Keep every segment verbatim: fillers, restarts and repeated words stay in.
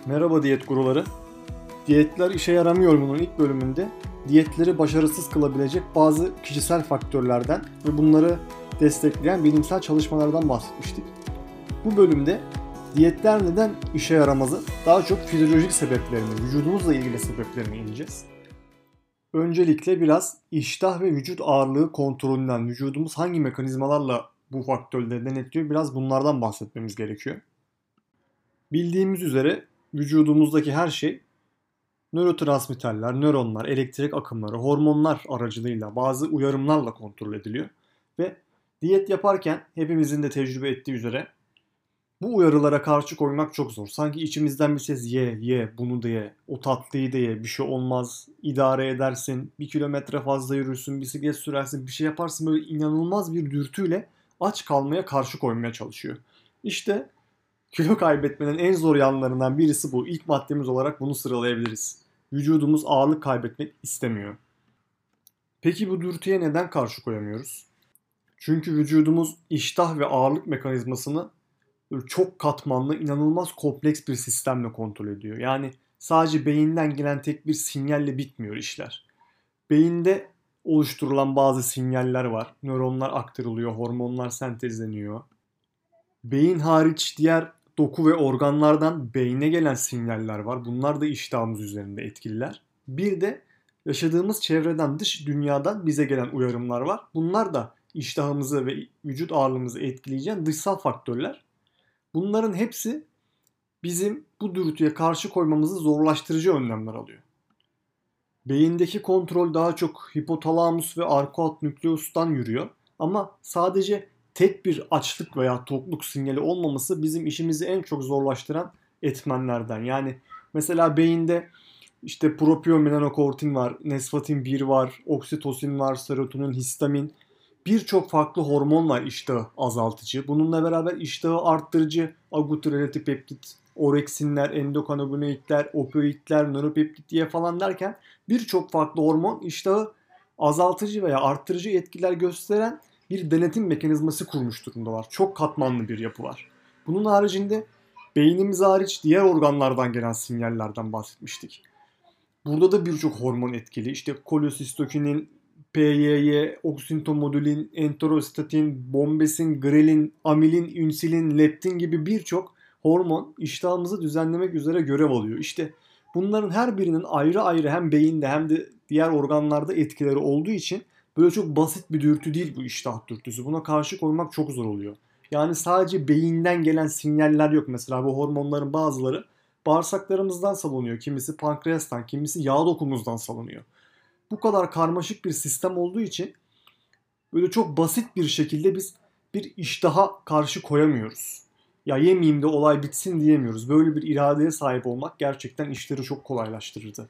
Merhaba diyet guruları. Diyetler işe yaramıyor bunun ilk bölümünde diyetleri başarısız kılabilecek bazı kişisel faktörlerden ve bunları destekleyen bilimsel çalışmalardan bahsetmiştik. Bu bölümde diyetler neden işe yaramazı daha çok fizyolojik sebeplerini, vücudumuzla ilgili sebeplerini ineceğiz. Öncelikle biraz iştah ve vücut ağırlığı kontrolünden, vücudumuz hangi mekanizmalarla bu faktörleri denetliyor, biraz bunlardan bahsetmemiz gerekiyor. Bildiğimiz üzere vücudumuzdaki her şey nörotransmitterler, nöronlar, elektrik akımları, hormonlar aracılığıyla bazı uyarımlarla kontrol ediliyor. Ve diyet yaparken hepimizin de tecrübe ettiği üzere bu uyarılara karşı koymak çok zor. Sanki içimizden bir ses ye, ye, bunu da ye, o tatlıyı da ye, bir şey olmaz, idare edersin, bir kilometre fazla yürürsün, bisiklet sürersin, bir şey yaparsın, böyle inanılmaz bir dürtüyle aç kalmaya karşı koymaya çalışıyor. İşte kilo kaybetmenin en zor yanlarından birisi bu. İlk maddemiz olarak bunu sıralayabiliriz. Vücudumuz ağırlık kaybetmek istemiyor. Peki bu dürtüye neden karşı koyamıyoruz? Çünkü vücudumuz iştah ve ağırlık mekanizmasını çok katmanlı, inanılmaz kompleks bir sistemle kontrol ediyor. Yani sadece beyinden gelen tek bir sinyalle bitmiyor işler. Beyinde oluşturulan bazı sinyaller var. Nöronlar aktarılıyor, hormonlar sentezleniyor. Beyin hariç diğer doku ve organlardan beyne gelen sinyaller var. Bunlar da iştahımız üzerinde etkililer. Bir de yaşadığımız çevreden, dış dünyadan bize gelen uyarımlar var. Bunlar da iştahımızı ve vücut ağırlığımızı etkileyecek dışsal faktörler. Bunların hepsi bizim bu dürtüye karşı koymamızı zorlaştırıcı önlemler alıyor. Beyindeki kontrol daha çok hipotalamus ve arka alt nükleustan yürüyor. Ama sadece tek bir açlık veya tokluk sinyali olmaması bizim işimizi en çok zorlaştıran etmenlerden. Yani mesela beyinde işte propionmelanokortin var, nesfatin bir var, oksitosin var, serotonin, histamin. Birçok farklı hormon var iştahı azaltıcı. Bununla beraber iştahı arttırıcı agutirelotipeptit, oreksinler, endokannabinoidler, opioidler, nöropeptit diye falan derken birçok farklı hormon iştahı azaltıcı veya arttırıcı etkiler gösteren bir denetim mekanizması kurmuş durumdalar. Çok katmanlı bir yapı var. Bunun haricinde beynimiz hariç diğer organlardan gelen sinyallerden bahsetmiştik. Burada da birçok hormon etkili. İşte kolosistokinin, P Y Y, oksintomodulin, enterostatin, bombesin, grelin, amilin, insülin, leptin gibi birçok hormon iştahımızı düzenlemek üzere görev alıyor. İşte bunların her birinin ayrı ayrı hem beyinde hem de diğer organlarda etkileri olduğu için böyle çok basit bir dürtü değil bu iştah dürtüsü. Buna karşı koymak çok zor oluyor. Yani sadece beyinden gelen sinyaller yok. Mesela bu hormonların bazıları bağırsaklarımızdan salınıyor. Kimisi pankreastan, kimisi yağ dokumuzdan salınıyor. Bu kadar karmaşık bir sistem olduğu için böyle çok basit bir şekilde biz bir iştaha karşı koyamıyoruz. Ya yemeyeyim de olay bitsin diyemiyoruz. Böyle bir iradeye sahip olmak gerçekten işleri çok kolaylaştırırdı.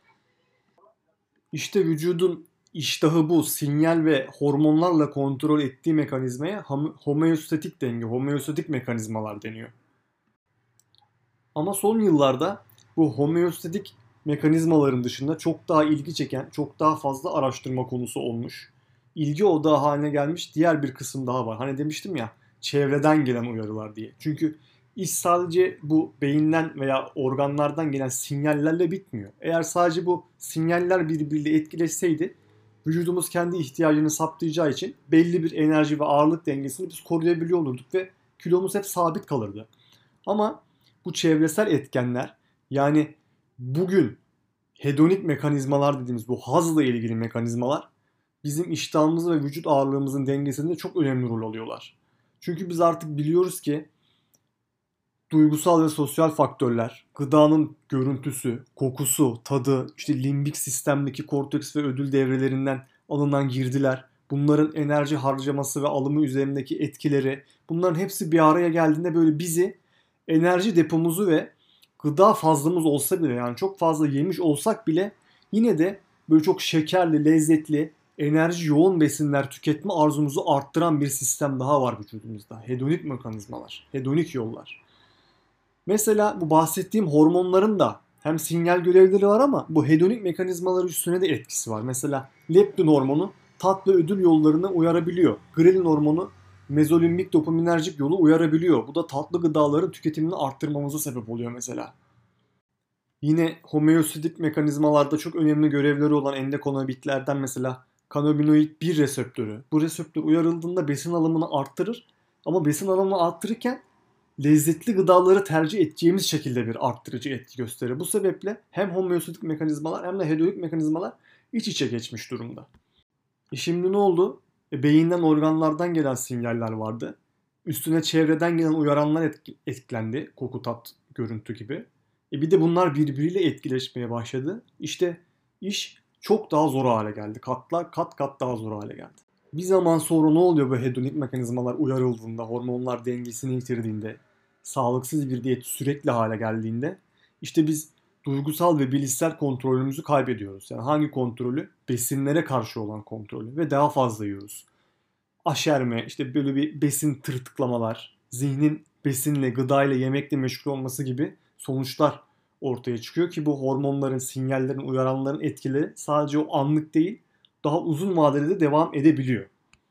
İşte vücudun iştahı bu sinyal ve hormonlarla kontrol ettiği mekanizmaya homeostatik denge, homeostatik mekanizmalar deniyor. Ama son yıllarda bu homeostatik mekanizmaların dışında çok daha ilgi çeken, çok daha fazla araştırma konusu olmuş, ilgi odağı haline gelmiş diğer bir kısım daha var. Hani demiştim ya, çevreden gelen uyarılar diye. Çünkü iş sadece bu beyinden veya organlardan gelen sinyallerle bitmiyor. Eğer sadece bu sinyaller birbiriyle etkileşseydi, vücudumuz kendi ihtiyacını saptayacağı için belli bir enerji ve ağırlık dengesini biz koruyabiliyor olurduk ve kilomuz hep sabit kalırdı. Ama bu çevresel etkenler, yani bugün hedonik mekanizmalar dediğimiz bu hazla ilgili mekanizmalar bizim iştahımızı ve vücut ağırlığımızın dengesinde çok önemli rol alıyorlar. Çünkü biz artık biliyoruz ki duygusal ve sosyal faktörler, gıdanın görüntüsü, kokusu, tadı, işte limbik sistemdeki korteks ve ödül devrelerinden alınan girdiler, bunların enerji harcaması ve alımı üzerindeki etkileri, bunların hepsi bir araya geldiğinde böyle bizi enerji depomuzu ve gıda fazlamız olsa bile, yani çok fazla yemiş olsak bile yine de böyle çok şekerli, lezzetli, enerji yoğun besinler tüketme arzumuzu arttıran bir sistem daha var vücudumuzda. Hedonik mekanizmalar, hedonik yollar. Mesela bu bahsettiğim hormonların da hem sinyal görevleri var ama bu hedonik mekanizmalar üstüne de etkisi var. Mesela leptin hormonu tat ve ödül yollarını uyarabiliyor. Grelin hormonu mezolimbik dopaminerjik yolu uyarabiliyor. Bu da tatlı gıdaların tüketimini arttırmamıza sebep oluyor mesela. Yine homeostatik mekanizmalarda çok önemli görevleri olan endokannabinoidlerden mesela kanabinoid bir reseptörü. Bu reseptör uyarıldığında besin alımını arttırır ama besin alımını arttırırken lezzetli gıdaları tercih edeceğimiz şekilde bir arttırıcı etki gösterir. Bu sebeple hem homeostatik mekanizmalar hem de hedonik mekanizmalar iç içe geçmiş durumda. E şimdi ne oldu? E beyinden, organlardan gelen sinyaller vardı. Üstüne çevreden gelen uyaranlar etkilendi. Koku, tat, görüntü gibi. E bir de bunlar birbiriyle etkileşmeye başladı. İşte iş çok daha zor hale geldi. Katlar kat kat daha zor hale geldi. Bir zaman sonra ne oluyor bu hedonik mekanizmalar uyarıldığında, hormonlar dengesini yitirdiğinde, sağlıksız bir diyet sürekli hale geldiğinde işte biz duygusal ve bilişsel kontrolümüzü kaybediyoruz. Yani hangi kontrolü? Besinlere karşı olan kontrolü ve daha fazla yiyoruz. Aşerme, işte böyle bir besin tırtıklamalar, zihnin besinle, gıdayla, yemekle meşgul olması gibi sonuçlar ortaya çıkıyor ki bu hormonların, sinyallerin, uyaranların etkileri sadece o anlık değil, daha uzun vadede de devam edebiliyor.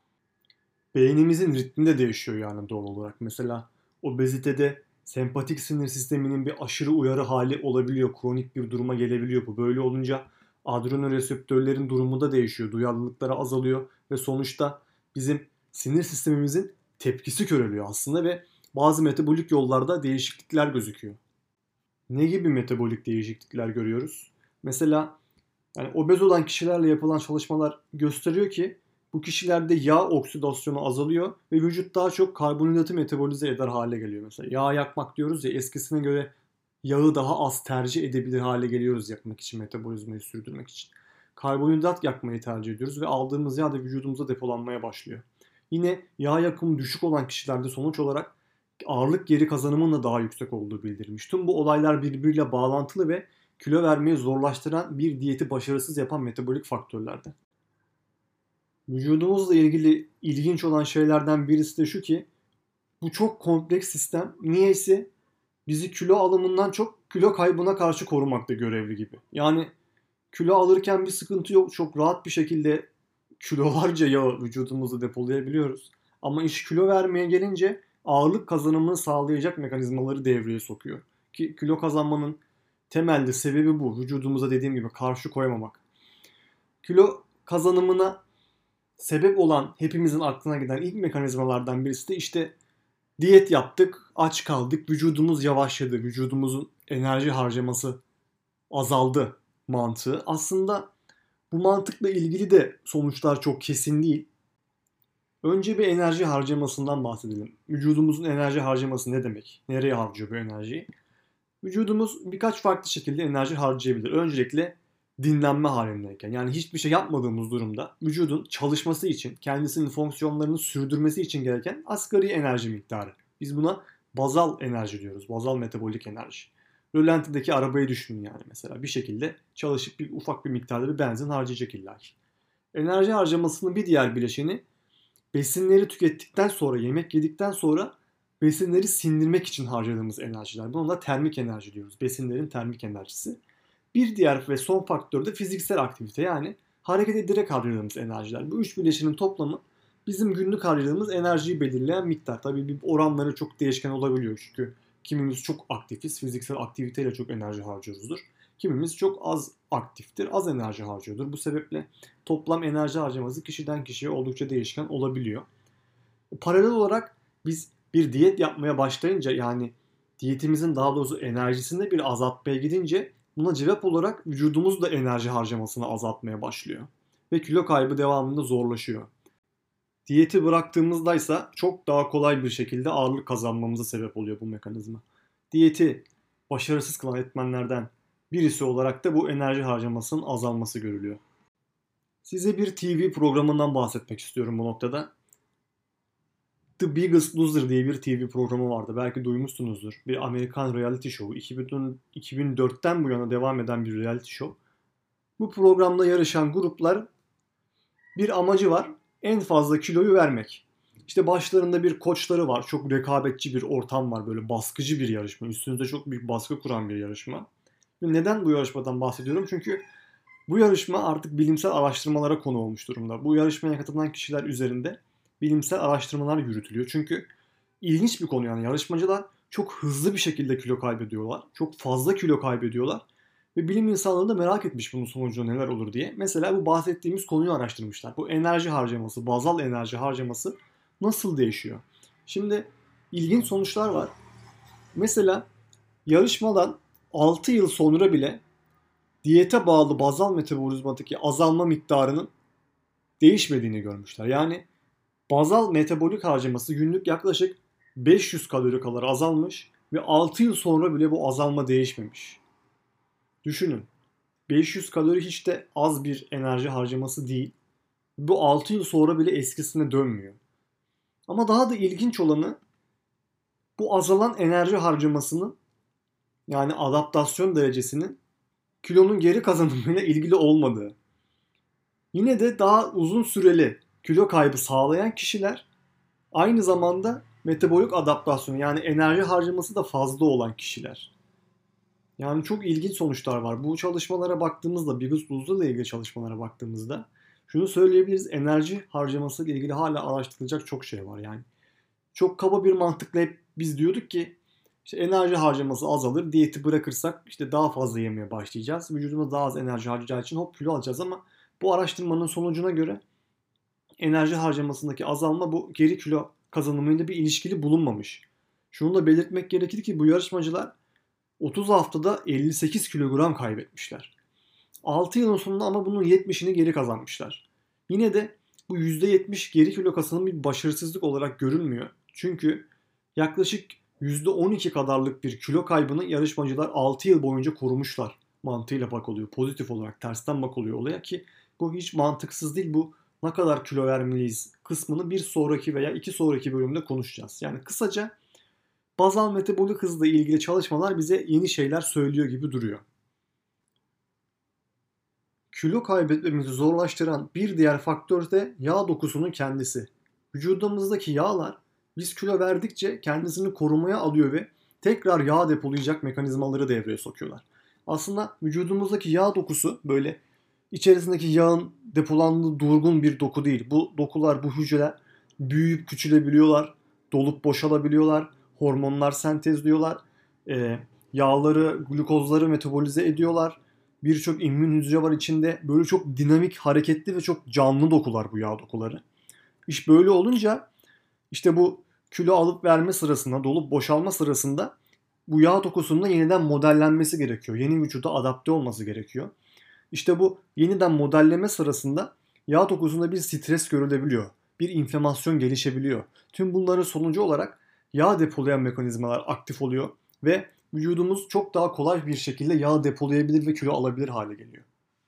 Beynimizin ritmi de değişiyor yani doğal olarak. Mesela obezitede sempatik sinir sisteminin bir aşırı uyarı hali olabiliyor. Kronik bir duruma gelebiliyor bu. Böyle olunca adrenoreseptörlerin durumu da değişiyor. Duyarlılıkları azalıyor ve sonuçta bizim sinir sistemimizin tepkisi köreliyor aslında ve bazı metabolik yollarda değişiklikler gözüküyor. Ne gibi metabolik değişiklikler görüyoruz? Mesela yani obez olan kişilerle yapılan çalışmalar gösteriyor ki bu kişilerde yağ oksidasyonu azalıyor ve vücut daha çok karbonhidratı metabolize eder hale geliyor. Mesela yağ yakmak diyoruz ya, eskisine göre yağı daha az tercih edebilir hale geliyoruz yakmak için, metabolizmayı sürdürmek için. Karbonhidrat yakmayı tercih ediyoruz ve aldığımız yağ da vücudumuza depolanmaya başlıyor. Yine yağ yakımı düşük olan kişilerde sonuç olarak ağırlık geri kazanımının da daha yüksek olduğu bildirilmiş. Tüm bu olaylar birbiriyle bağlantılı ve kilo vermeyi zorlaştıran, bir diyeti başarısız yapan metabolik faktörlerden. Vücudumuzla ilgili ilginç olan şeylerden birisi de şu ki bu çok kompleks sistem niyeyse bizi kilo alımından çok kilo kaybına karşı korumakta görevli gibi. Yani kilo alırken bir sıkıntı yok. Çok rahat bir şekilde kilolarca yağı vücudumuzda depolayabiliyoruz. Ama iş kilo vermeye gelince ağırlık kazanımını sağlayacak mekanizmaları devreye sokuyor. Ki kilo kazanmanın temelde sebebi bu. Vücudumuza dediğim gibi karşı koymamak. Kilo kazanımına sebep olan hepimizin aklına giden ilk mekanizmalardan birisi de işte diyet yaptık, aç kaldık, vücudumuz yavaşladı, vücudumuzun enerji harcaması azaldı mantığı. Aslında bu mantıkla ilgili de sonuçlar çok kesin değil. Önce bir enerji harcamasından bahsedelim. Vücudumuzun enerji harcaması ne demek? Nereye harcıyor bu enerjiyi? Vücudumuz birkaç farklı şekilde enerji harcayabilir. Öncelikle dinlenme halindeyken, yani hiçbir şey yapmadığımız durumda vücudun çalışması için, kendisinin fonksiyonlarını sürdürmesi için gereken asgari enerji miktarı. Biz buna bazal enerji diyoruz. Bazal metabolik enerji. Rölantideki arabayı düşünün yani mesela. Bir şekilde çalışıp bir ufak bir miktarda bir benzin harcayacak illa ki. Enerji harcamasının bir diğer bileşeni besinleri tükettikten sonra, yemek yedikten sonra besinleri sindirmek için harcadığımız enerjiler. Buna da termik enerji diyoruz. Besinlerin termik enerjisi. Bir diğer ve son faktör de fiziksel aktivite, yani hareket ederek harcadığımız enerjiler. Bu üç bileşenin toplamı bizim günlük harcadığımız enerjiyi belirleyen miktar. Tabii bir oranları çok değişken olabiliyor çünkü kimimiz çok aktifiz, fiziksel aktiviteyle çok enerji harcıyoruzdur. Kimimiz çok az aktiftir, az enerji harcıyordur. Bu sebeple toplam enerji harcaması kişiden kişiye oldukça değişken olabiliyor. Paralel olarak biz bir diyet yapmaya başlayınca, yani diyetimizin daha doğrusu enerjisinde bir azaltmaya gidince buna cevap olarak vücudumuz da enerji harcamasını azaltmaya başlıyor. Ve kilo kaybı devamında zorlaşıyor. Diyeti bıraktığımızda ise çok daha kolay bir şekilde ağırlık kazanmamıza sebep oluyor bu mekanizma. Diyeti başarısız kılan etmenlerden birisi olarak da bu enerji harcamasının azalması görülüyor. Size bir T V programından bahsetmek istiyorum bu noktada. The Biggest Loser diye bir T V programı vardı. Belki duymuşsunuzdur. Bir Amerikan reality show. iki bin dörtten bu yana devam eden bir reality show. Bu programda yarışan gruplar bir amacı var. En fazla kiloyu vermek. İşte başlarında bir koçları var. Çok rekabetçi bir ortam var. Böyle baskıcı bir yarışma. Üstünüzde çok büyük baskı kuran bir yarışma. Ve neden bu yarışmadan bahsediyorum? Çünkü bu yarışma artık bilimsel araştırmalara konu olmuş durumda. Bu yarışmaya katılan kişiler üzerinde bilimsel araştırmalar yürütülüyor. Çünkü ilginç bir konu, yani yarışmacılar çok hızlı bir şekilde kilo kaybediyorlar. Çok fazla kilo kaybediyorlar. Ve bilim insanları da merak etmiş bunun sonucu neler olur diye. Mesela bu bahsettiğimiz konuyu araştırmışlar. Bu enerji harcaması, bazal enerji harcaması nasıl değişiyor? Şimdi ilginç sonuçlar var. Mesela yarışmadan altı yıl sonra bile diyete bağlı bazal metabolizmadaki azalma miktarının değişmediğini görmüşler. Yani bazal metabolik harcaması günlük yaklaşık beş yüz kalori kadar azalmış ve altı yıl sonra bile bu azalma değişmemiş. Düşünün. beş yüz kalori hiç de az bir enerji harcaması değil. Bu altı yıl sonra bile eskisine dönmüyor. Ama daha da ilginç olanı bu azalan enerji harcamasının, yani adaptasyon derecesinin kilonun geri kazanımıyla ilgili olmadığı. Yine de daha uzun süreli kilo kaybı sağlayan kişiler aynı zamanda metabolik adaptasyon, yani enerji harcaması da fazla olan kişiler. Yani çok ilginç sonuçlar var. Bu çalışmalara baktığımızda, Biggest Loser'la ile ilgili çalışmalara baktığımızda şunu söyleyebiliriz. Enerji harcaması ile ilgili hala araştırılacak çok şey var. Yani çok kaba bir mantıkla hep biz diyorduk ki işte enerji harcaması azalır, diyeti bırakırsak işte daha fazla yemeye başlayacağız. Vücudumuz daha az enerji harcayacağı için hop kilo alacağız, ama bu araştırmanın sonucuna göre enerji harcamasındaki azalma bu geri kilo kazanımıyla bir ilişkili bulunmamış. Şunu da belirtmek gerekir ki bu yarışmacılar otuz haftada elli sekiz kilogram kaybetmişler. altı yılın sonunda ama bunun yetmişini geri kazanmışlar. Yine de bu yüzde yetmiş geri kilo kazanım bir başarısızlık olarak görülmüyor. Çünkü yaklaşık yüzde on iki kadarlık bir kilo kaybını yarışmacılar altı yıl boyunca korumuşlar mantığıyla bak oluyor. Pozitif olarak tersten bak oluyor olaya ki bu hiç mantıksız değil. Bu ne kadar kilo vermeliyiz kısmını bir sonraki veya iki sonraki bölümde konuşacağız. Yani kısaca bazal metabolik hızla ilgili çalışmalar bize yeni şeyler söylüyor gibi duruyor. Kilo kaybetmemizi zorlaştıran bir diğer faktör de yağ dokusunun kendisi. Vücudumuzdaki yağlar biz kilo verdikçe kendisini korumaya alıyor ve tekrar yağ depolayacak mekanizmaları devreye sokuyorlar. Aslında vücudumuzdaki yağ dokusu böyle içerisindeki yağın depolandığı durgun bir doku değil. Bu dokular, bu hücreler büyüyüp küçülebiliyorlar, dolup boşalabiliyorlar, hormonlar sentezliyorlar, e, yağları, glukozları metabolize ediyorlar. Birçok immün hücre var içinde. Böyle çok dinamik, hareketli ve çok canlı dokular bu yağ dokuları. İş böyle olunca işte bu kilo alıp verme sırasında, dolup boşalma sırasında bu yağ dokusunun da yeniden modellenmesi gerekiyor. Yeni vücuda adapte olması gerekiyor. İşte bu yeniden modelleme sırasında yağ dokusunda bir stres görülebiliyor. Bir inflamasyon gelişebiliyor. Tüm bunların sonucu olarak yağ depolayan mekanizmalar aktif oluyor ve vücudumuz çok daha kolay bir şekilde yağ depolayabilir ve kilo alabilir hale geliyor.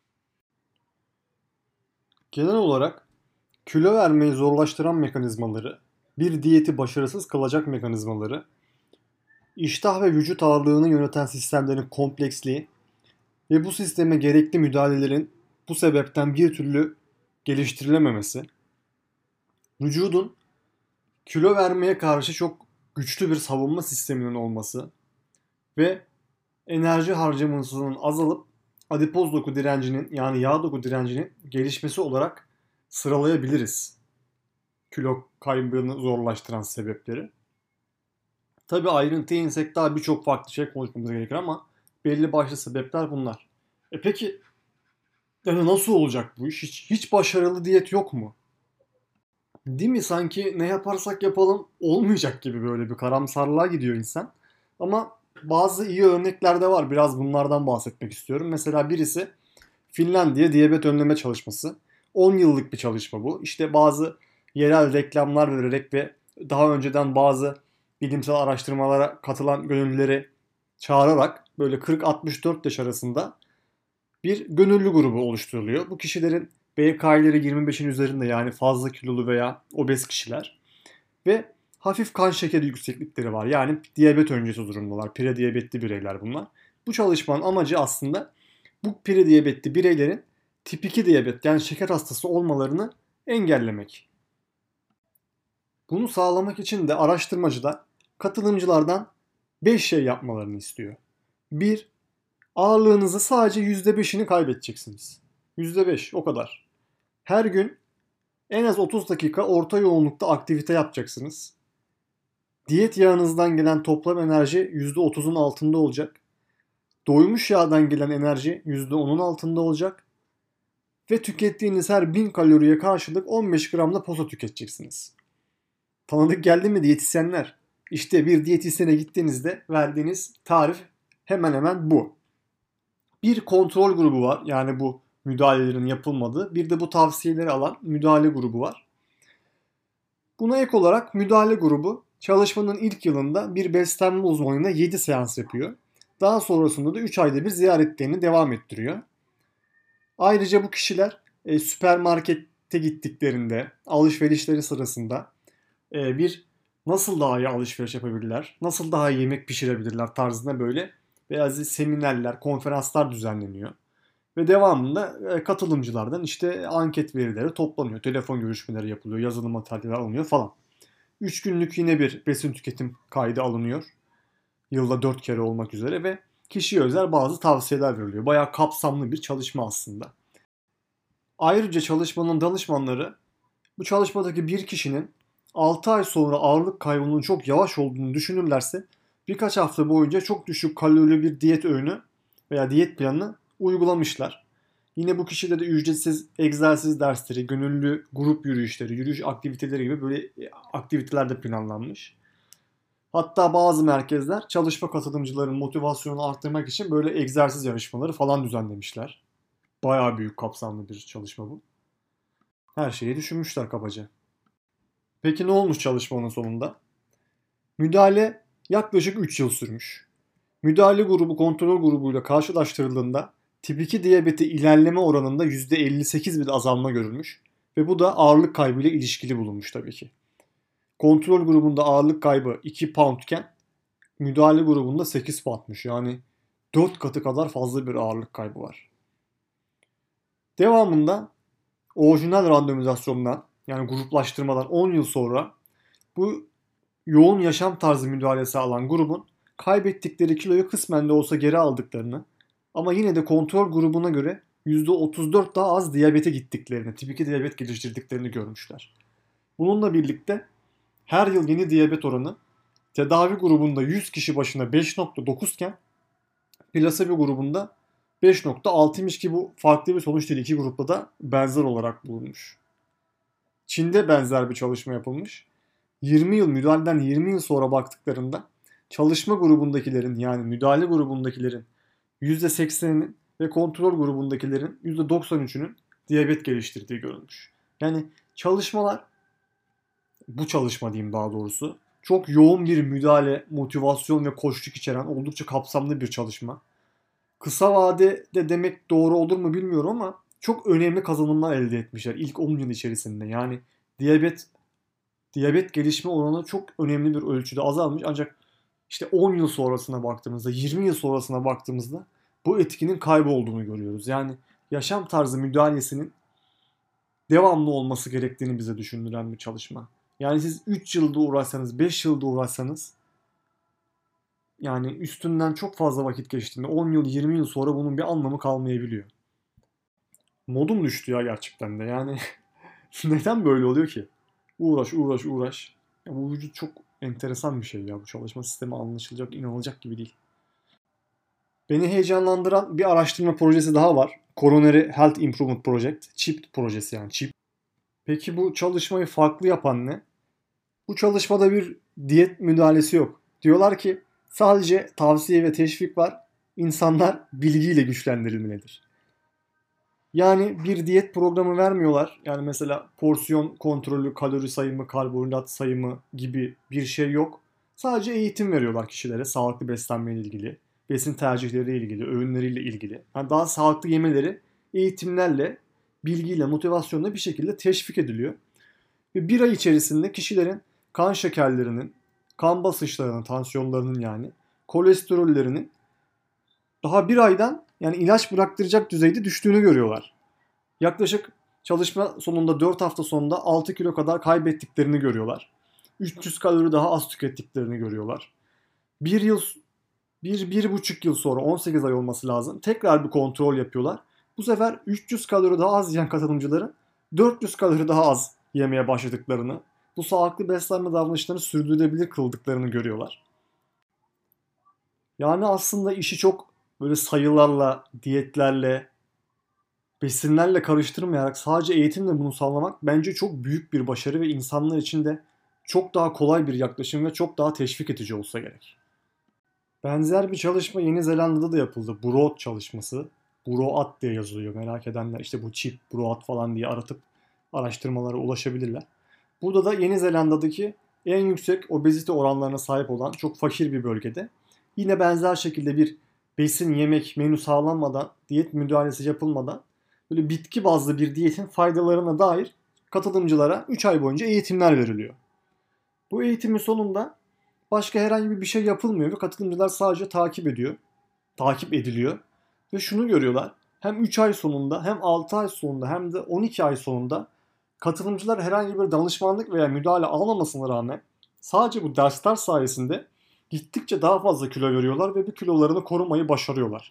Genel olarak kilo vermeyi zorlaştıran mekanizmaları, bir diyeti başarısız kılacak mekanizmaları, iştah ve vücut ağırlığını yöneten sistemlerin kompleksliği ve bu sisteme gerekli müdahalelerin bu sebepten bir türlü geliştirilememesi, vücudun kilo vermeye karşı çok güçlü bir savunma sisteminin olması ve enerji harcamasının azalıp adipoz doku direncinin, yani yağ doku direncinin gelişmesi olarak sıralayabiliriz kilo kaybını zorlaştıran sebepleri. Tabi ayrıntıya insek daha birçok farklı şey konuşmamız gerekir ama belli başlı sebepler bunlar. E peki yani nasıl olacak bu iş? Hiç, hiç başarılı diyet yok mu? Değil mi? Sanki ne yaparsak yapalım olmayacak gibi böyle bir karamsarlığa gidiyor insan. Ama bazı iyi örnekler de var. Biraz bunlardan bahsetmek istiyorum. Mesela birisi Finlandiya diyabet önleme çalışması. on yıllık bir çalışma bu. İşte bazı yerel reklamlar vererek ve daha önceden bazı bilimsel araştırmalara katılan gönüllüleri çağırarak böyle kırk altmış dört yaş arasında bir gönüllü grubu oluşturuluyor. Bu kişilerin B K I'leri yirmi beşin üzerinde, yani fazla kilolu veya obez kişiler ve hafif kan şekeri yükseklikleri var. Yani diyabet öncesi durumdalar. Prediyabetli bireyler bunlar. Bu çalışmanın amacı aslında bu prediyabetli bireylerin tip iki diyabet, yani şeker hastası olmalarını engellemek. Bunu sağlamak için de araştırmacılar katılımcılardan beş şey yapmalarını istiyor. bir Ağırlığınızı sadece yüzde beşini kaybedeceksiniz. yüzde beş, o kadar. Her gün en az otuz dakika orta yoğunlukta aktivite yapacaksınız. Diyet yağınızdan gelen toplam enerji yüzde otuzun altında olacak. Doymuş yağdan gelen enerji yüzde onun altında olacak. Ve tükettiğiniz her bin kaloriye karşılık on beş gram da posa tüketeceksiniz. Tanıdık geldi mi diyetisyenler? İşte bir diyetisyene gittiğinizde verdiğiniz tarif hemen hemen bu. Bir kontrol grubu var. Yani bu müdahalelerin yapılmadığı. Bir de bu tavsiyeleri alan müdahale grubu var. Buna ek olarak müdahale grubu çalışmanın ilk yılında bir beslenme uzmanıyla yedi seans yapıyor. Daha sonrasında da üç ayda bir ziyaretlerini devam ettiriyor. Ayrıca bu kişiler e, süpermarkete gittiklerinde, alışverişleri sırasında e, bir nasıl daha iyi alışveriş yapabilirler, nasıl daha iyi yemek pişirebilirler tarzında böyle bazı seminerler, konferanslar düzenleniyor. Ve devamında e, katılımcılardan işte anket verileri toplanıyor, telefon görüşmeleri yapılıyor, yazılı materyaller alınıyor falan. üç günlük yine bir besin tüketim kaydı alınıyor. Yılda dört kere olmak üzere ve kişiye özel bazı tavsiyeler veriliyor. Bayağı kapsamlı bir çalışma aslında. Ayrıca çalışmanın danışmanları bu çalışmadaki bir kişinin altı ay sonra ağırlık kaybının çok yavaş olduğunu düşünürlerse birkaç hafta boyunca çok düşük kalorili bir diyet öğünü veya diyet planını uygulamışlar. Yine bu kişide de ücretsiz egzersiz dersleri, gönüllü grup yürüyüşleri, yürüyüş aktiviteleri gibi böyle aktiviteler de planlanmış. Hatta bazı merkezler çalışma katılımcılarının motivasyonunu arttırmak için böyle egzersiz yarışmaları falan düzenlemişler. Bayağı büyük kapsamlı bir çalışma bu. Her şeyi düşünmüşler kabaca. Peki ne olmuş çalışmanın sonunda? Müdahale yaklaşık üç yıl sürmüş. Müdahale grubu kontrol grubuyla karşılaştırıldığında tip iki diyabeti ilerleme oranında yüzde elli sekiz bir azalma görülmüş ve bu da ağırlık kaybıyla ilişkili bulunmuş tabii ki. Kontrol grubunda ağırlık kaybı iki poundken müdahale grubunda sekiz poundmuş. Yani dört katı kadar fazla bir ağırlık kaybı var. Devamında orijinal randomizasyondan yani gruplaştırmadan on yıl sonra bu yoğun yaşam tarzı müdahalesi alan grubun kaybettikleri kiloyu kısmen de olsa geri aldıklarını ama yine de kontrol grubuna göre yüzde otuz dört daha az diyabete gittiklerini, tip iki diyabet geliştirdiklerini görmüşler. Bununla birlikte her yıl yeni diyabet oranı tedavi grubunda yüz kişi başına beş nokta dokuz iken plasebo grubunda beş nokta altıymış ki bu farklı bir sonuç değil. İki grupta da benzer olarak bulunmuş. Çin'de benzer bir çalışma yapılmış. yirmi yıl müdahaleden yirmi yıl sonra baktıklarında çalışma grubundakilerin yani müdahale grubundakilerin yüzde sekseninin ve kontrol grubundakilerin yüzde doksan üçünün diyabet geliştirdiği görülmüş. Yani çalışmalar, bu çalışma diyeyim daha doğrusu, çok yoğun bir müdahale, motivasyon ve koçluk içeren oldukça kapsamlı bir çalışma. Kısa vadede demek doğru olur mu bilmiyorum ama çok önemli kazanımlar elde etmişler ilk on yıl içerisinde. Yani diyabet diyabet gelişme oranı çok önemli bir ölçüde azalmış ancak işte on yıl sonrasına baktığımızda, yirmi yıl sonrasına baktığımızda bu etkinin kaybolduğunu görüyoruz. Yani yaşam tarzı müdahalesinin devamlı olması gerektiğini bize düşündüren bir çalışma. Yani siz üç yılda uğraşsanız, beş yılda uğraşsanız yani üstünden çok fazla vakit geçtiğinde on yıl, yirmi yıl sonra bunun bir anlamı kalmayabiliyor. Modum düştü ya gerçekten de. Yani neden böyle oluyor ki? Uğraş, uğraş, uğraş. Ya bu vücut çok enteresan bir şey ya. Bu çalışma sistemi anlaşılacak, inanılacak gibi değil. Beni heyecanlandıran bir araştırma projesi daha var. Coronary Health Improvement Project. CHIP projesi yani. CHIP. Peki bu çalışmayı farklı yapan ne? Bu çalışmada bir diyet müdahalesi yok. Diyorlar ki sadece tavsiye ve teşvik var. İnsanlar bilgiyle güçlendirilmelidir. Yani bir diyet programı vermiyorlar. Yani mesela porsiyon kontrolü, kalori sayımı, karbonhidrat sayımı gibi bir şey yok. Sadece eğitim veriyorlar kişilere sağlıklı beslenmeyle ilgili, besin tercihleriyle ilgili, öğünleriyle ilgili. Yani daha sağlıklı yemeleri eğitimlerle, bilgiyle, motivasyonla bir şekilde teşvik ediliyor. Ve bir ay içerisinde kişilerin kan şekerlerinin, kan basınçlarının, tansiyonlarının yani, kolesterollerinin daha bir aydan yani ilaç bıraktıracak düzeyde düştüğünü görüyorlar. Yaklaşık çalışma sonunda dört hafta sonunda altı kilo kadar kaybettiklerini görüyorlar. üç yüz kalori daha az tükettiklerini görüyorlar. Bir yıl, bir, bir buçuk yıl sonra on sekiz ay olması lazım. Tekrar bir kontrol yapıyorlar. Bu sefer üç yüz kalori daha az yiyen katılımcıların dört yüz kalori daha az yemeye başladıklarını, bu sağlıklı beslenme davranışlarını sürdürülebilir kıldıklarını görüyorlar. Yani aslında işi çok böyle sayılarla, diyetlerle, besinlerle karıştırmayarak sadece eğitimle bunu sağlamak bence çok büyük bir başarı ve insanlar için de çok daha kolay bir yaklaşım ve çok daha teşvik edici olsa gerek. Benzer bir çalışma Yeni Zelanda'da da yapıldı. Broad çalışması. Broad diye yazılıyor. Merak edenler işte bu çip, Broad falan diye aratıp araştırmalara ulaşabilirler. Burada da Yeni Zelanda'daki en yüksek obezite oranlarına sahip olan çok fakir bir bölgede yine benzer şekilde bir besin, yemek, menü sağlanmadan, diyet müdahalesi yapılmadan böyle bitki bazlı bir diyetin faydalarına dair katılımcılara üç ay boyunca eğitimler veriliyor. Bu eğitimin sonunda başka herhangi bir şey yapılmıyor ve katılımcılar sadece takip ediyor. Takip ediliyor. Ve şunu görüyorlar. Hem üç ay sonunda hem altı ay sonunda hem de on iki ay sonunda katılımcılar herhangi bir danışmanlık veya müdahale almamasına rağmen sadece bu dersler sayesinde gittikçe daha fazla kilo veriyorlar ve bu kilolarını korumayı başarıyorlar.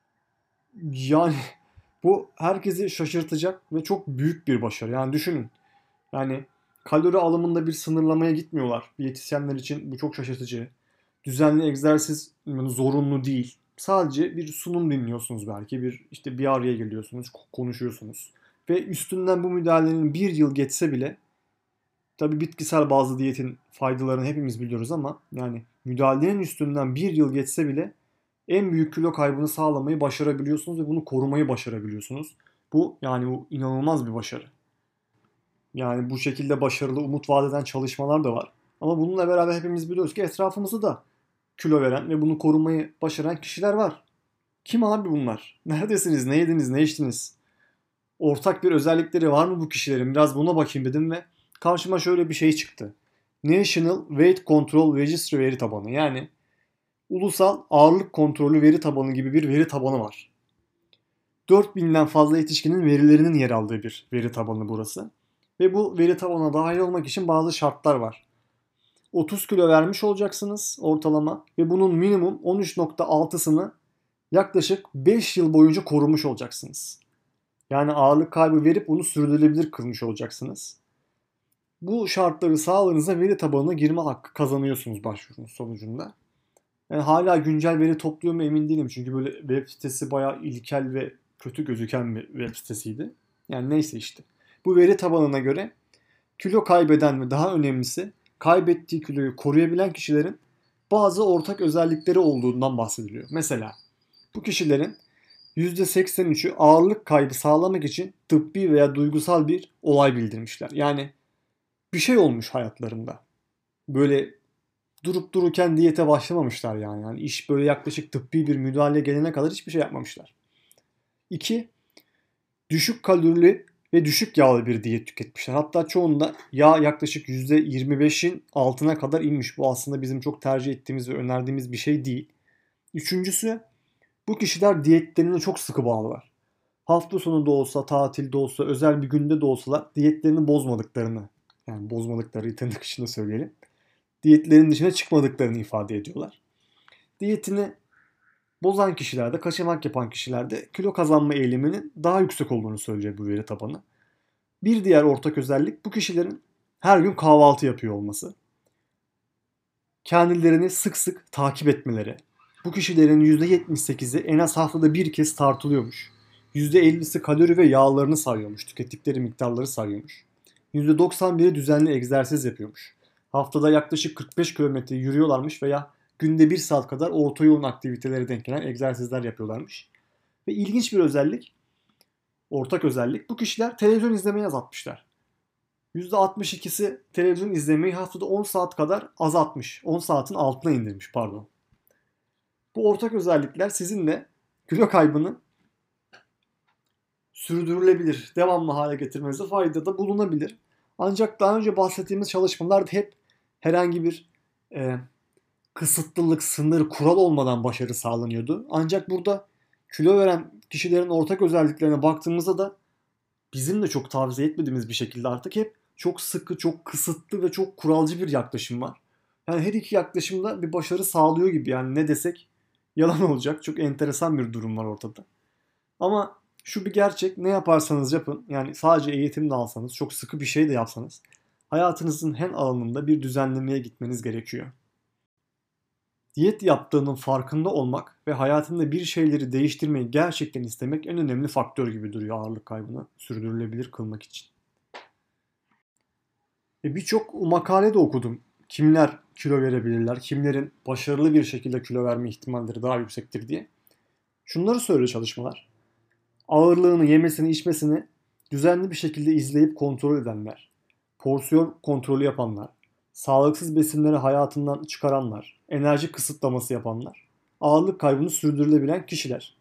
Yani bu herkesi şaşırtacak ve çok büyük bir başarı. Yani düşünün. Yani kalori alımında bir sınırlamaya gitmiyorlar. Diyetisyenler için bu çok şaşırtıcı. Düzenli egzersiz yani zorunlu değil. Sadece bir sunum dinliyorsunuz belki. Bir işte bir araya geliyorsunuz, konuşuyorsunuz. Ve üstünden bu müdahalenin bir yıl geçse bile tabii bitkisel bazı diyetin faydalarını hepimiz biliyoruz ama yani müdahalenin üstünden bir yıl geçse bile en büyük kilo kaybını sağlamayı başarabiliyorsunuz ve bunu korumayı başarabiliyorsunuz. Bu yani bu inanılmaz bir başarı. Yani bu şekilde başarılı, umut vaat eden çalışmalar da var. Ama bununla beraber hepimiz biliyoruz ki etrafımızda da kilo veren ve bunu korumayı başaran kişiler var. Kim abi bunlar? Neredesiniz? Ne yediniz? Ne içtiniz? Ortak bir özellikleri var mı bu kişilerin? Biraz buna bakayım dedim ve karşıma şöyle bir şey çıktı. National Weight Control Registry veri tabanı. Yani ulusal ağırlık kontrolü veri tabanı gibi bir veri tabanı var. dört binden fazla yetişkinin verilerinin yer aldığı bir veri tabanı burası. Ve bu veri tabanına dahil olmak için bazı şartlar var. otuz kilo vermiş olacaksınız ortalama ve bunun minimum on üç nokta altısını yaklaşık beş yıl boyunca korumuş olacaksınız. Yani ağırlık kaybı verip bunu sürdürülebilir kılmış olacaksınız. Bu şartları sağladığınızda veri tabanına girme hakkı kazanıyorsunuz başvurunun sonucunda. Yani hala güncel veri topluyor mu emin değilim çünkü böyle web sitesi bayağı ilkel ve kötü gözüken bir web sitesiydi. Yani neyse işte. Bu veri tabanına göre kilo kaybeden ve daha önemlisi kaybettiği kiloyu koruyabilen kişilerin bazı ortak özellikleri olduğundan bahsediliyor. Mesela bu kişilerin yüzde seksen üçü ağırlık kaybı sağlamak için tıbbi veya duygusal bir olay bildirmişler. Yani bir şey olmuş hayatlarında. Böyle durup dururken diyete başlamamışlar yani. Yani iş böyle yaklaşık tıbbi bir müdahale gelene kadar hiçbir şey yapmamışlar. İki, düşük kalorili ve düşük yağlı bir diyet tüketmişler. Hatta çoğunda yağ yaklaşık yüzde yirmi beşin altına kadar inmiş. Bu aslında bizim çok tercih ettiğimiz ve önerdiğimiz bir şey değil. Üçüncüsü, bu kişiler diyetlerine çok sıkı bağlılar. Hafta sonu da olsa, tatilde olsa, özel bir günde de olsalar diyetlerini bozmadıklarını, yani bozmadıkları tırnak içinde söyleyelim, diyetlerin dışına çıkmadıklarını ifade ediyorlar. Diyetini bozan kişilerde, kaçamak yapan kişilerde kilo kazanma eğiliminin daha yüksek olduğunu söylüyor bu veri tabanı. Bir diğer ortak özellik bu kişilerin her gün kahvaltı yapıyor olması. Kendilerini sık sık takip etmeleri. Bu kişilerin yüzde yetmiş sekizi en az haftada bir kez tartılıyormuş. yüzde ellisi kalori ve yağlarını sayıyormuş. Tükettikleri miktarları sayıyormuş. yüzde doksan biri düzenli egzersiz yapıyormuş. Haftada yaklaşık kırk beş kilometre yürüyorlarmış veya günde bir saat kadar orta yoğun aktivitelere denk gelen egzersizler yapıyorlarmış. Ve ilginç bir özellik, ortak özellik, bu kişiler televizyon izlemeyi azaltmışlar. yüzde altmış ikisi televizyon izlemeyi haftada on saat kadar azaltmış. on saatin altına indirmiş pardon. Bu ortak özellikler sizinle kilo kaybını sürdürülebilir, devamlı hale getirmenize faydada bulunabilir. Ancak daha önce bahsettiğimiz çalışmalarda hep herhangi bir e, kısıtlılık, sınır, kural olmadan başarı sağlanıyordu. Ancak burada kilo veren kişilerin ortak özelliklerine baktığımızda da bizim de çok tavsiye etmediğimiz bir şekilde artık hep çok sıkı, çok kısıtlı ve çok kuralcı bir yaklaşım var. Yani her iki yaklaşımda bir başarı sağlıyor gibi, yani ne desek yalan olacak. Çok enteresan bir durum var ortada. Ama şu bir gerçek, ne yaparsanız yapın, yani sadece eğitim de alsanız, çok sıkı bir şey de yapsanız hayatınızın her alanında bir düzenlemeye gitmeniz gerekiyor. Diyet yaptığının farkında olmak ve hayatında bir şeyleri değiştirmeyi gerçekten istemek en önemli faktör gibi duruyor ağırlık kaybını sürdürülebilir kılmak için. E Birçok makale de okudum. Kimler kilo verebilirler, kimlerin başarılı bir şekilde kilo verme ihtimalleri daha yüksektir diye. Şunları söylüyor çalışmalar. Ağırlığını, yemesini, içmesini düzenli bir şekilde izleyip kontrol edenler, porsiyon kontrolü yapanlar, sağlıksız besinleri hayatından çıkaranlar, enerji kısıtlaması yapanlar, ağırlık kaybını sürdürülebilen kişiler.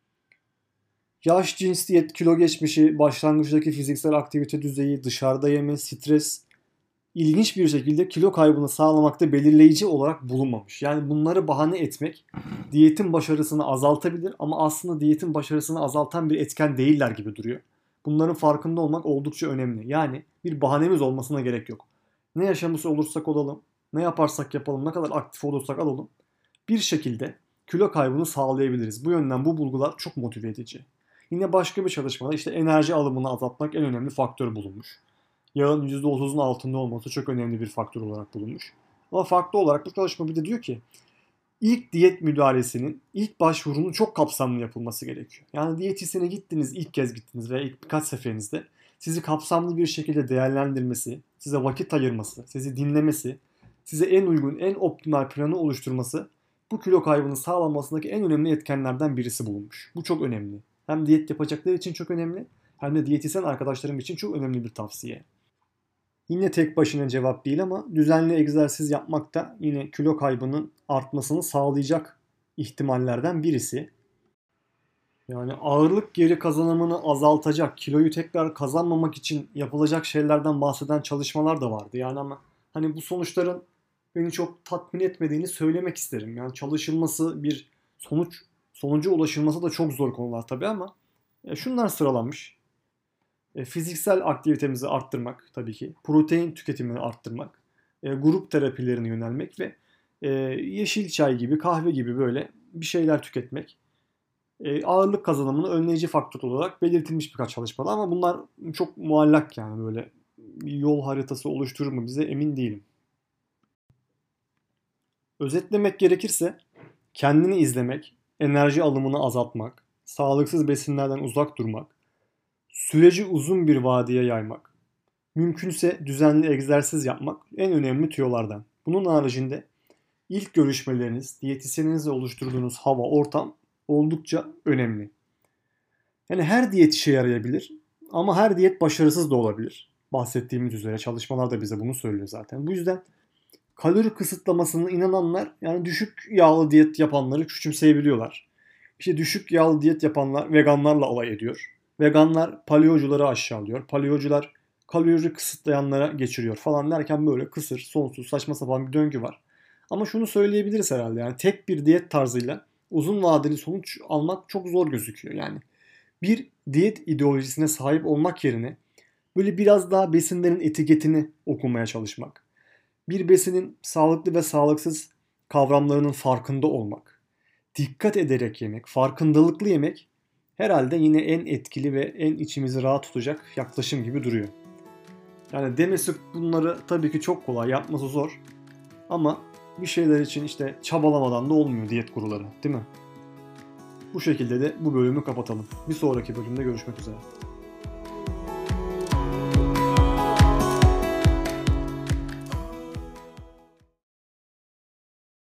Yaş, cinsiyet, kilo geçmişi, başlangıçtaki fiziksel aktivite düzeyi, dışarıda yeme, stres, ilginç bir şekilde kilo kaybını sağlamakta belirleyici olarak bulunmamış. Yani bunları bahane etmek diyetin başarısını azaltabilir ama aslında diyetin başarısını azaltan bir etken değiller gibi duruyor. Bunların farkında olmak oldukça önemli. Yani bir bahanemiz olmasına gerek yok. Ne yaşamış olursak olalım, ne yaparsak yapalım, ne kadar aktif olursak olalım bir şekilde kilo kaybını sağlayabiliriz. Bu yönden bu bulgular çok motive edici. Yine başka bir çalışmada işte enerji alımını azaltmak en önemli faktör bulunmuş. Yağın yüzde otuzun altında olması çok önemli bir faktör olarak bulunmuş. Ama farklı olarak bu çalışma bir de diyor ki ilk diyet müdahalesinin ilk başvurunun çok kapsamlı yapılması gerekiyor. Yani diyetisyene gittiniz, ilk kez gittiniz veya ilk birkaç seferinizde sizi kapsamlı bir şekilde değerlendirmesi, size vakit ayırması, sizi dinlemesi, size en uygun, en optimal planı oluşturması bu kilo kaybını sağlanmasındaki en önemli etkenlerden birisi bulunmuş. Bu çok önemli. Hem diyet yapacakları için çok önemli hem de diyetisyen arkadaşlarım için çok önemli bir tavsiye. Yine tek başına cevap değil ama düzenli egzersiz yapmak da yine kilo kaybının artmasını sağlayacak ihtimallerden birisi. Yani ağırlık geri kazanımını azaltacak, kiloyu tekrar kazanmamak için yapılacak şeylerden bahseden çalışmalar da vardı. Yani ama hani bu sonuçların beni çok tatmin etmediğini söylemek isterim. Yani çalışılması bir sonuç, sonuca ulaşılması da çok zor konular tabii ama şunlar sıralanmış. E, fiziksel aktivitemizi arttırmak tabii ki, protein tüketimini arttırmak, e, grup terapilerine yönelmek ve e, yeşil çay gibi, kahve gibi böyle bir şeyler tüketmek e, ağırlık kazanımını önleyici faktör olarak belirtilmiş birkaç çalışmada ama bunlar çok muallak yani böyle bir yol haritası oluşturur mu bize emin değilim. Özetlemek gerekirse kendini izlemek, enerji alımını azaltmak, sağlıksız besinlerden uzak durmak, süreci uzun bir vadeye yaymak, mümkünse düzenli egzersiz yapmak en önemli tüyolardan. Bunun haricinde ilk görüşmeleriniz, diyetisyeninizle oluşturduğunuz hava, ortam oldukça önemli. Yani her diyet işe yarayabilir ama her diyet başarısız da olabilir. Bahsettiğimiz üzere çalışmalar da bize bunu söylüyor zaten. Bu yüzden kalori kısıtlamasına inananlar yani düşük yağlı diyet yapanları küçümseyebiliyorlar. İşte düşük yağlı diyet yapanlar veganlarla alay ediyor. Veganlar paleocuları aşağılıyor. Paleocular kalori kısıtlayanlara geçiriyor falan derken böyle kısır, sonsuz, saçma sapan bir döngü var. Ama şunu söyleyebiliriz herhalde yani tek bir diyet tarzıyla uzun vadeli sonuç almak çok zor gözüküyor. Yani bir diyet ideolojisine sahip olmak yerine böyle biraz daha besinlerin etiketini okumaya çalışmak. Bir besinin sağlıklı ve sağlıksız kavramlarının farkında olmak. Dikkat ederek yemek, farkındalıklı yemek herhalde yine en etkili ve en içimizi rahat tutacak yaklaşım gibi duruyor. Yani demesi bunları tabii ki çok kolay, yapması zor. Ama bir şeyler için işte çabalamadan da olmuyor diyet kuruları, değil mi? Bu şekilde de bu bölümü kapatalım. Bir sonraki bölümde görüşmek üzere.